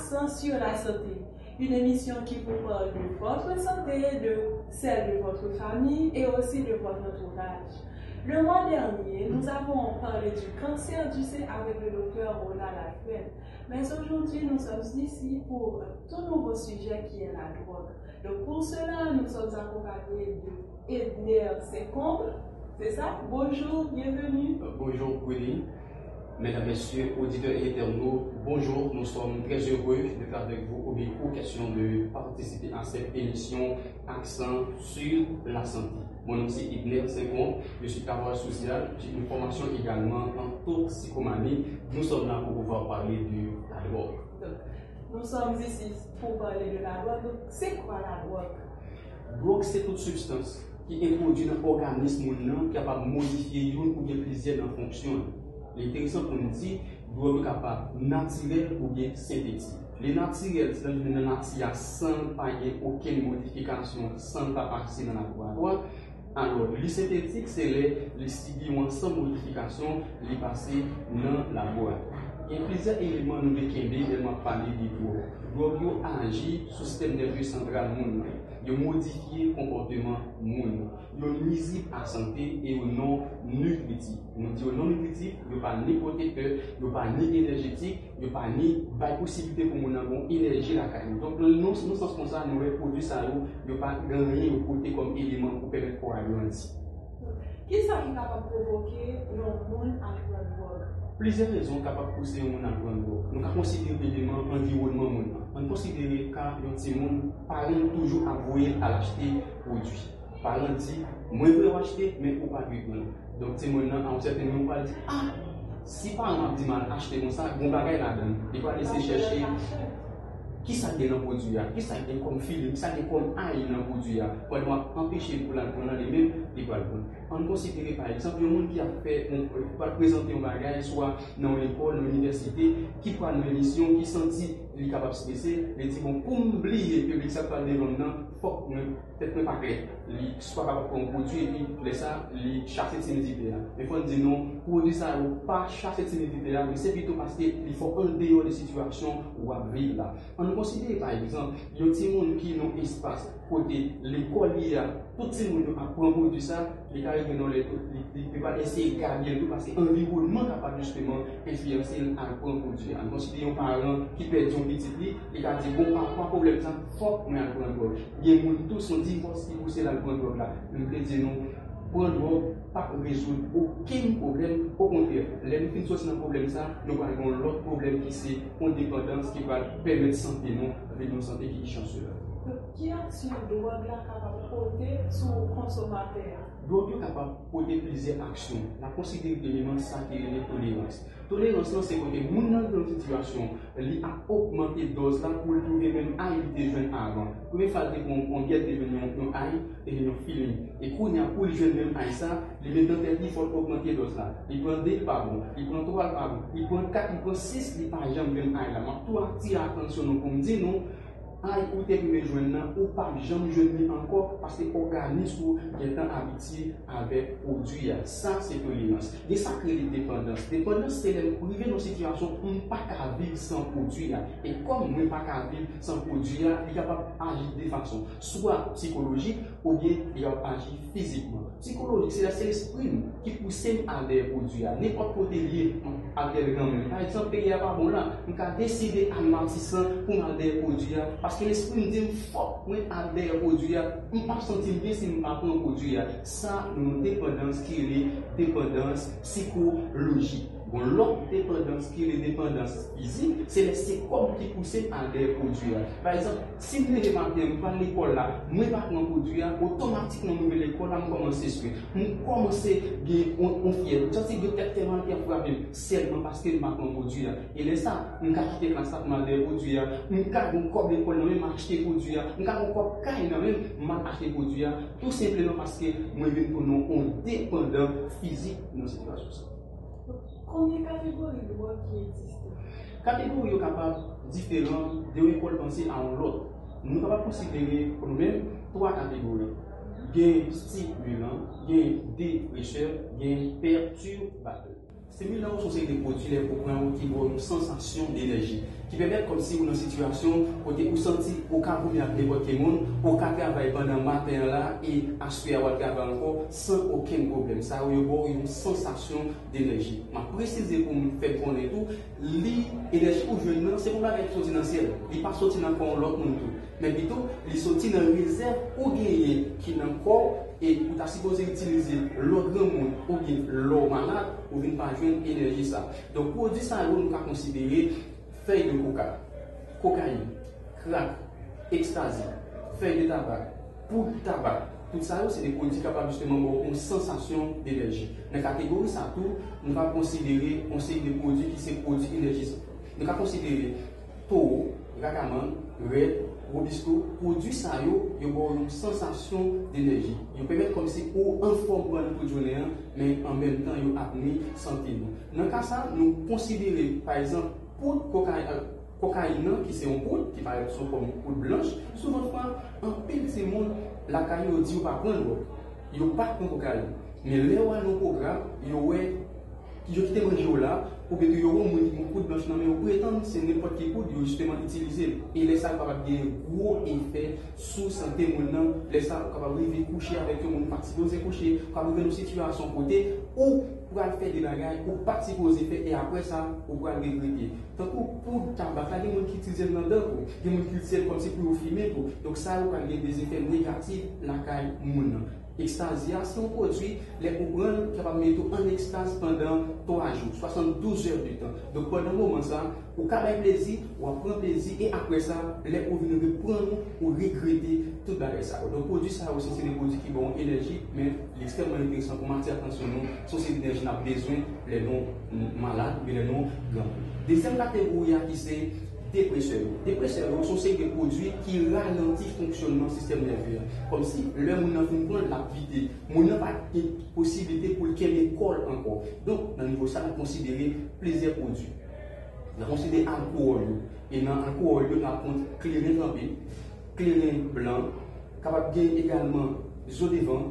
accent sur la santé. Une émission qui vous parle de votre santé, de celle de votre famille et aussi de votre entourage. Le mois dernier, nous avons parlé du cancer du sein avec le docteur Ronald Alfred. Mais aujourd'hui, nous sommes ici pour un tout nouveau sujet qui est la drogue. Donc pour cela, nous sommes accompagnés de Edner Sekombe. C'est ça? Bonjour, bienvenue. Bonjour Pauline. Mesdames, Messieurs, auditeurs et internautes, bonjour. Nous sommes très heureux d'être avec vous aux questions de participer à cette émission accent sur la santé. Mon nom c'est Edner Sekombe, je suis travailleur social, j'ai une formation également en toxicomanie. Nous sommes là pour pouvoir parler de la drogue. Nous sommes ici pour parler de la drogue. Donc, c'est quoi la drogue? Drogue, c'est toute substance qui introduit dans l'organisme capable de modifier une ou bien plusieurs dans fonction. L'intéressant pour nous dire, drogue capable naturel ou bien synthétique. Les naturels, c'est une nature sans pas aucune modification, sans pas passer dans la laboratoire. Alors, les synthétiques, c'est les stimulants sans modification, les passer dans la laboratoire. Il y a plusieurs éléments nous devons parler de drogue. Drogue agit sur le système nerveux central. Il modifie le comportement. Il nuisible à la santé et au non nutritif. Nous disons non nutritif, il n'y a pas ni protecteur, il n'y a pas ni énergétique, il n'y a pas ni possibilité pour nous avoir énergie la carne. Donc, nous sens comme ça, nous produits ça, il n'y a pas rien au côté comme élément pour permettre pour agrandir. Qui est capable de provoquer le monde à la drogue? Plusieurs raisons capables de pousser un monde à la drogue. Nous avons considéré l'élément environnement. On considère que les monde parents toujours avoué à l'acheter produit. Parents disent, moi je veux acheter, mais ou pas du tout. Donc, c'est maintenant, en certain moment, on dit, ah, si parents dit mal acheter comme ça, bon bagage là-dedans, il va laisser chercher. Qui ça dans le produit, qui ça comme film, qui ça comme aïe dans le produit, pour empêcher pour la prendre les mêmes, les balles. On considère par exemple, un monde qui a fait, on va présenter un bagage, soit dans l'école, dans l'université, qui prend une mission, qui sentit les capables de se laisser, les dit bon, pour oublier que ça parle de l'homme, faut peut-être pas clair, il soit capable de prendre un produit et puis laisser ça, les chasser de timidité. Mais il faut dire non, produit ça, pas chasser de timidité, mais c'est plutôt parce qu'il faut un dehors de situation où on vivre là. On considère par exemple, il y a des gens qui ont un espace côté l'école, il y a tout le monde qui apprend produit ça, les carrés dans les ne peuvent pas essayer de garder tout parce que l'environnement capable justement influencer à apprendre produit. On considère un parent qui perd son petit lit, il a dit bon, pas de problème, ça, faut qu'on apprendre. Il y a des gens tous sont divorcés qui poussent la drogue là. Nous disons non. Prendre drogue, pas résoudre aucun problème. Au contraire, les filles sont dans un problème, ça, nous avons l'autre problème qui c'est une dépendance qui va permettre de santé, non, avec une santé qui est chanceuse. Qui action drogue là capable de porter sur le consommateur? Drogue est capable de porter plusieurs actions. La considère l'élément ça qui est la tolérance. Tolérance, c'est que les gens dans une situation, ils ont augmenté la dose là pour trouver même à éviter de avant. Pour faire qu'on vient devenir un aïe et un feeling. Et quand on a pour les jeunes même aïe ça, les méthodes il faut augmenter la dose là. Ils prennent 2 par bon, ils prennent 3 par bon, ils prennent 4, ils prennent 6, ils par exemple même aïe là. Mais toi, tire attention pour me dire non. Aïe ou te me joindre ou pas jamais joindre encore parce que l'organisme est habitué avec produit. Ça c'est tolérance. Et ça crée des dépendances. Dépendance c'est arriver dans une situation où on ne peut pas vivre sans produit. Et comme on ne peut pas vivre sans produit, il est capable d'agir de façon soit psychologique ou bien il va agir physiquement. Psychologique, c'est l'esprit qui pousse à des produits. N'importe quoi lié à des grands. Par exemple, il y a pas bon là, on a décidé à martissant pour des produits. Parce que l'esprit me dit, faut que je des produits, je ne me sens pas bien si je ne prends pas un produit. Ça, une dépendance qui est dépendance psychologique. Bon, l'autre dépendance qui est dépendance physique, c'est les séquelles qui poussent à des produits. Par exemple, si je ne vais pas à l'école là, je ne vais pas prendre un produit, automatiquement, je vais à l'école, je commence à suivre. Je commence à gagner fier. Je sais que je tellement frappé seulement parce que je prends un produit. Et là, ça, je vais quitter la classe pour des produits. Je vais acheter un corps d'école, je vais acheter des produits. Je vais acheter un corps de même, je vais acheter des produits. Tout simplement parce que je vais être dépendant physique dans cette situation. Combien de catégories de drogue qui existent? Catégories capables différentes de l'école penser à l'autre. Nous sommes capables de considérer pour nous-mêmes 3 catégories. Il y a stimulant, il y a défricheur, il y a perturbateur. Stimulant sont des produits les programmes qui ont une sensation d'énergie, qui permettent comme si vous dans une situation côté vous senti au cas où il y a n'importe quel monde, au cas travailler pendant le matin là et acheter à votre travail encore sans aucun problème. Ça a une sensation d'énergie. Je précise pour me faire connaître tout, l'énergie pour jeune, c'est pour la sortir dans le ciel. Il n'est pas sorti dans l'autre monde. Mais plutôt, il sorti dans la réserve ou gagner qui est dans le corps et vous êtes supposé utiliser l'autre monde ou bien l'eau malade pour ne pas joindre l'énergie. Donc, pour dire ça, nous avons considéré feuilles de coca, cocaïne, crack, ecstasy, feuilles de tabac, poudre de tabac. Tout ça, c'est des produits capables justement d'avoir une sensation d'énergie. Dans la catégorie ça tout, nous allons considérer un série de produits qui sont produits énergisants. Nous allons considérer taureau, racamande, red, robisco, produits ça ils ont une sensation d'énergie. Ils permettent comme si on en forme pour journée, mais en même temps ils ont amené santé. Dans le cas ça, nous considérons par exemple poudre cocaïne qui c'est un poudre qui paraît comme une poudre blanche. Souvent en pile de monde la caille dit pas prendre, ils pas prendre cocaïne. Mais là où nos programmes, ils ont quitté manger là, ou bien ils ont une poudre blanche, mais ils prétendent que c'est n'importe quelle poudre, ils ont justement utilisé. Et les ça capable de gros effet sur santé monnan, les ça capable de coucher avec eux, pas supposé coucher, capable de une situation côté ou pour faire des bagages, ou pas supposé faire et après ça, ou pour regretter. Donc pour tabac, il y a des gens qui utilisent dans le dos, il y a des gens qui utilisent comme si pour fumer, donc ça a des effets négatifs la caille monnan. Ecstasy, c'est un produit, les programmes capables de mettre en extase pendant 3 jours, 72 heures du temps. Donc pendant un moment, ça, ou avoir plaisir, ou prendre plaisir, et après ça, les produits reprendre ou regretter tout ça. Donc produit ça aussi, c'est des produits qui ont énergie, mais l'extrêmement intéressant pour maintenir attention, c'est ces énergies n'a besoin les non malades ou les non grands. Deuxième catégorie qui c'est dépresseurs. Dépresseurs sont ces produits qui ralentissent le fonctionnement du système nerveux. Comme si le monde n'a pas l'activité, on n'a pas de possibilité pour qu'il école encore. Donc, dans le niveau ça, on considère plusieurs produits. On considère alcool. Et dans l'alcool, on a clairin trempé, clairin blanc, capable de gagner également eau de vent.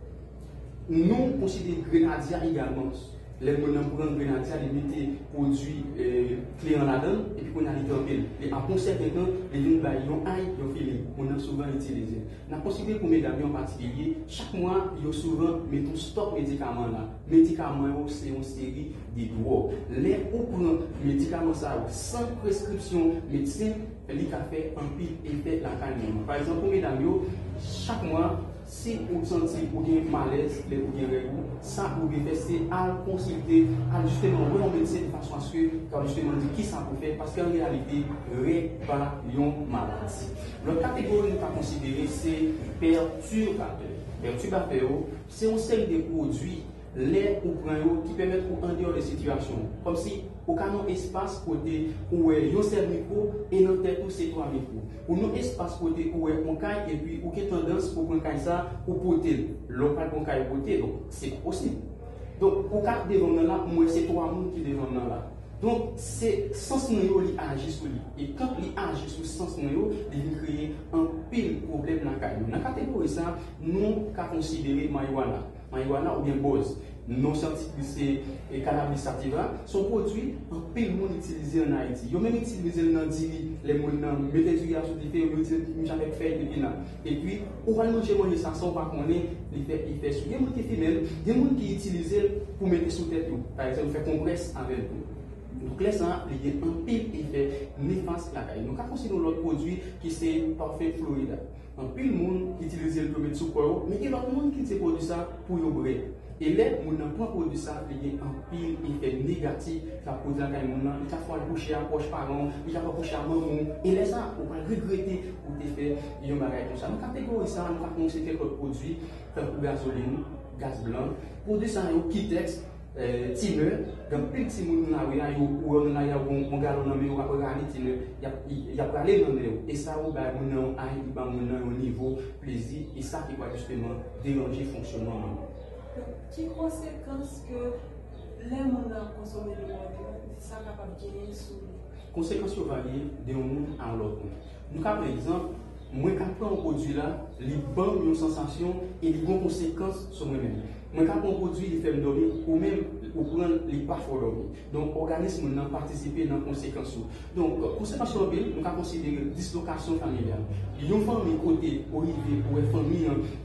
Nous considérons grenadier également. Les gens prennent grenadier, ils mettent produits clés en la donne et puis on a les tempêtes. Et après un certain temps, les gens ont aïe, ils ont filé. On a souvent utilisé. On a considéré pour mes amis en particulier, chaque mois, ils ont souvent mis un stock médicaments là. Médicaments, c'est une série de drogues. Les gens prennent médicaments sans prescription médecine, ils ont fait un pile effet la canine. Par exemple, pour mes amis, chaque mois, si vous sentez ou bien malaise, ou bien regou, ça vous faire c'est à consulter, à justement voir un médecin de façon à ce que, quand justement dit qui ça vous fait, parce qu'en réalité, réparer une maladie. L'autre catégorie nous avons considéré c'est perturbateurs. Perturbateurs, c'est une série de produits les ou qui permettent ou en dehors des situations. Comme si aucun espace côté où il y a un seul micro et dans tête c'est 3 micros. Ou non espace côté où il y a un caille et puis ou qui tendance pour prendre ça ou porter. Local pour caille porter donc c'est possible. Donc au cas devant là, moi c'est 3 monde qui devant là. Donc c'est sens noyau qui agit sur lui. Et quand il agit sur sens noyau, il va créer un pile problème dans la caille. Dans la catégorie ça, nous avons considéré marijuana ou bien bose. Non scientifique c'est cannabis sativa sont produits en pile monde utilisé en Haïti. Ils ont même utilisé dans Dili, les gens mettaient du gaz sur des feuilles, ils jamais fait depuis là. Et puis, on va manger ça sans pas qu'on ait l'effet sur. Il y a des gens qui filment, des gens qui utilisent pour mettre sous tête. Par exemple, faire compresse avec eux. Donc là, ça, il y a un pile effet néfaste la caille. Donc, à considérer l'autre produit qui c'est parfait Florida. Un pile monde qui utilise le pour mettre sous corps, mais il y a d'autres monde qui utilise produit ça pour y ouvrir. Et là, on n'a pas produit ça, il y a un pile effet négatif, la produit la caille, il a fallu coucher à poche parent, il a pas coucher à maman, et là, ça, on va regretter pour te faire un bagage comme ça. Dans la catégorie, ça, on va considérer quelques produits, comme gasoline, gaz blanc, produit ça, il y a un Kitex, Tiner, dans plus de petits monde là, il y a un galon dans le milieu, il y a parlé dans le milieu, et ça, on va un niveau plaisir, et ça qui va justement déranger le fonctionnement. Qui conséquence que les gens consomment de drogue, ça capable de gagner sur conséquences variées d'un monde à l'autre. Nous avons par exemple moi quand prends un produit là, il ban une sensation et il a une conséquence sur moi-même. Moi quand prends un produit, il fait me dormir ou même ou prendre les pas fort dormir. Donc l'organisme n'a participé dans conséquences. Donc conséquence sur ville, nous avons considéré dislocation familiale. Il y a une famille côté arrivé pour une famille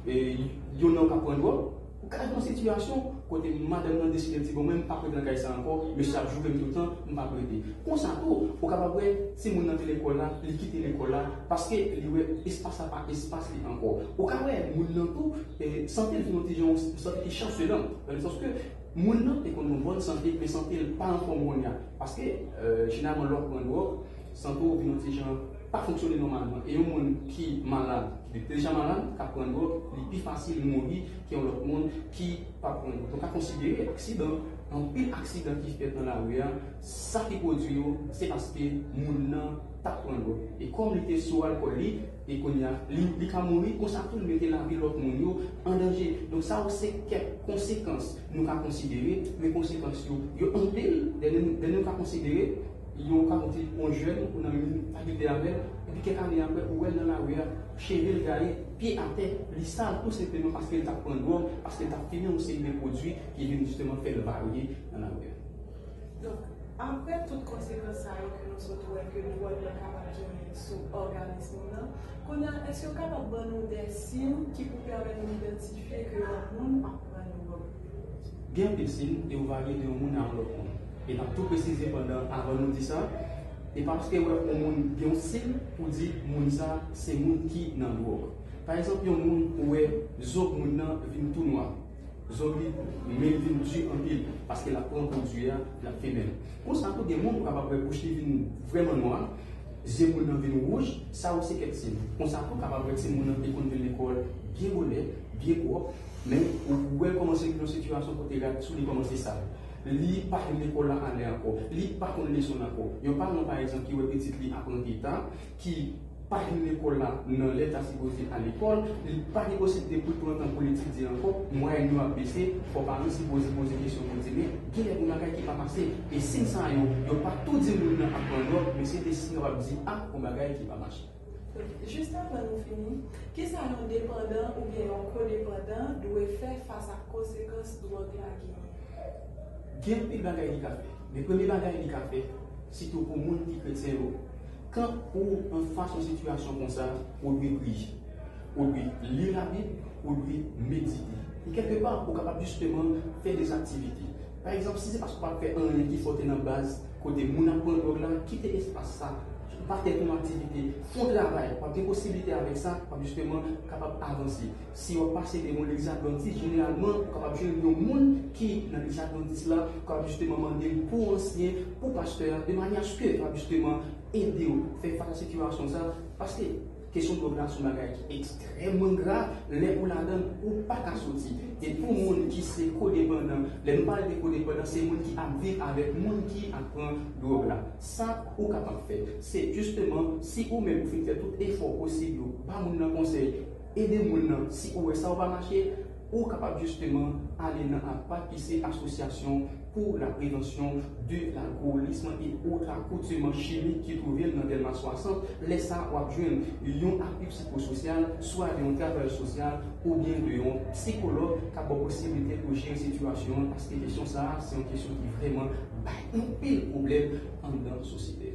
il y a un prendre dans une situation, côté madame a décidé de dire, même pas prêter dans ça encore, mais chaque jour, même tout le temps, je ne vais pas prêter. Comme ça, au capable, si mon entre l'école là, il quitte l'école là, parce que l'espace n'a pas espace encore. Au cas où, mon tout, santé, une santé chancelante, dans le sens que mon nom est une bonne santé, mais santé pas en forme. Parce que, généralement, l'autre point santé, une gens pas fonctionner normalement. Et un monde qui est malade, qui est déjà malade, qui a pris l'eau, il est plus facile de mourir qu'un autre monde qui n'a pas pris l'eau. Donc, à considérer l'accident, un pile accident qui fait dans la rue, ça qui produit, c'est parce que le monde n'a pas pris l'eau. Et comme il était sous alcool, et qu'on a, il a mouru, comme ça, tout le mettait la vie de l'autre monde en danger. Donc, ça, c'est quelques conséquences. Nous avons considéré, les conséquences, il y a un pile, nous avons considéré. Ils ont rencontré un jeune, on a une faculté avec, et puis quelques années après, où elle dans la rue, chez le gars, pied à terre, il sale tout simplement parce qu'elle t'a pris un doigt, parce qu'elle t'a fini une série de produits qui viennent justement faire le varier dans la rue. Donc, après toutes conséquences que nous retrouvons, que nous voyons capable de gérer sous l'organisme, est-ce que vous êtes capable de nous des signes qui vous permettent d'identifier que le monde apprend nous? Bien des signes et vous variez d'un monde à l'autre. Et dans tout préciser avant nous dire ça, et parce que on a un signe pour dire que c'est le monde qui est dans le drogue. Par exemple, il y a un monde où les autres viennent tout noir. Les autres viennent tuer en pile parce que la prend produit la fait même. Pour ça, il y a des gens qui sont capables de boucher vraiment noir. Les gens viennent rouge, ça aussi c'est quelque chose. Pour ça, il est capable de dire que les gens viennent l'école bien volé, bien court, mais où elle commence une situation pour sous les commencer ça. Li pas l'école là en encore, li pas qu'on leçon encore. Yo parlons par exemple qui est petit li apprendre état qui pas l'école là dans l'état supposé à l'école, il pas de possibilité pour tout en politique dire encore moi il nous a baissé faut parler si poser question pour dire mais quel est le bagage qui pas passer et si ça yo pas tout dire nous apprendre mais c'est des signes on dire ah le bagage qui pas marcher. Juste avant nous finir, qu'est-ce qu'un dépendant ou bien un codépendant doit faire face à conséquences de drogue à Guinée? Il y a des bagages qui fait. Les premiers bagages qui fait, surtout pour les gens qui chrétien, quand on face à une situation comme ça, on doit prier, on doit lire la Bible, on doit méditer. Et quelque part, on est capable justement faire des activités. Par exemple, si c'est parce qu'on va faire un lien qui faut dans la base, côté mon apprendre là, quitter l'espace ça. Partir pour une activité, font travail, pas des possibilités avec ça, pas justement capable d'avancer. Si on passe des mots adventistes, généralement, capable de jouer des gens qui, dans les adventistes là, capable justement demander pour anciens, pour pasteurs, de manière à ce que, justement, aider à faire face à la situation ça, parce que question de relation qui est extrêmement grave, les ou la donne ou pas qu'à sortir. Et pour les gens qui sont codépendants, les nous parlons de codépendants, c'est les gens qui vivent avec les gens qui apprennent drogue là. Ça, ou capable de faire. C'est justement, si vous même vous faites tout effort possible, pas mon conseil, aidez les gens, si vous ça va marcher, ou capable justement aller dans la partie association pour la prévention de l'alcoolisme et autres accoutumements chimiques qui trouvent dans Delma 60, laissez ça ou joindre un appui psychosocial, soit un travail social ou bien un psychologue qui a la possibilité de gérer la situation parce que la question ça, c'est une question qui vraiment un pile problème dans la société.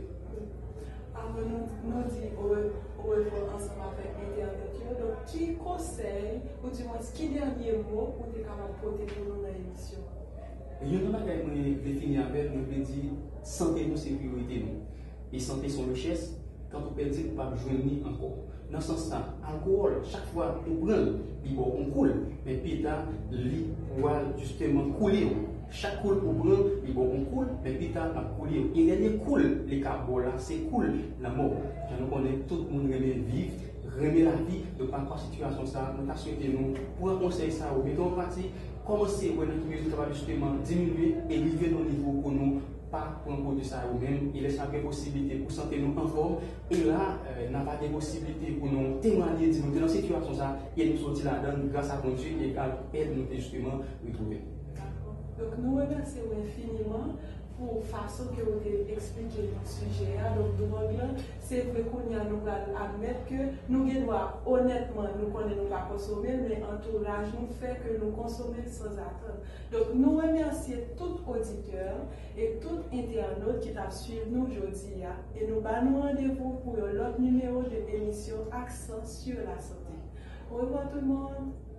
Avant nous dire au ensemble avec Internet, donc qui conseille ou du moins qui dernier mot pour être capable de porter pour nous dans l'émission? Il y a un bagage que je définis avec, nous peut dire santé nous sécurité nous. Et santé son richesse, quand on peut dire qu'on ne peut pas joindre encore. Dans ce sens-là, alcool, chaque fois qu'on prend, on coule, mais puis là, il va justement couler. Chaque coule qu'on prend, on coule, mais puis là, on coule. Et dernier coule, les carbones là, c'est cool la mort. Nous connaissons tout le monde remet vivre. Remet la vie, de par quoi situation ça, nous nous pour un conseil ça, ou mettons en pratique, commencer à notre musique va justement diminuer et arriver au niveau pour nous, pas pour un produit ça ou même, il laisse des possibilités pour santé nous en forme, et là, n'a pas de possibilités pour nous témoigner, dire nous dans cette situation ça, et nous sortir là-dedans grâce à conduire et à aide nous justement retrouver. Donc nous remercions infiniment pour façon que vous avez expliqué le sujet. Donc, drogue, c'est vrai qu'on y a nous admettre que nous devons honnêtement, nous connaissons pas consommer, mais entourage nous fait que nous consommons sans attendre. Donc, nous remercions tout auditeur et tout internaute qui t'a suivi nous aujourd'hui. Et nous avons rendez-vous pour l'autre numéro de l'émission Accent sur la santé. Au revoir tout le monde.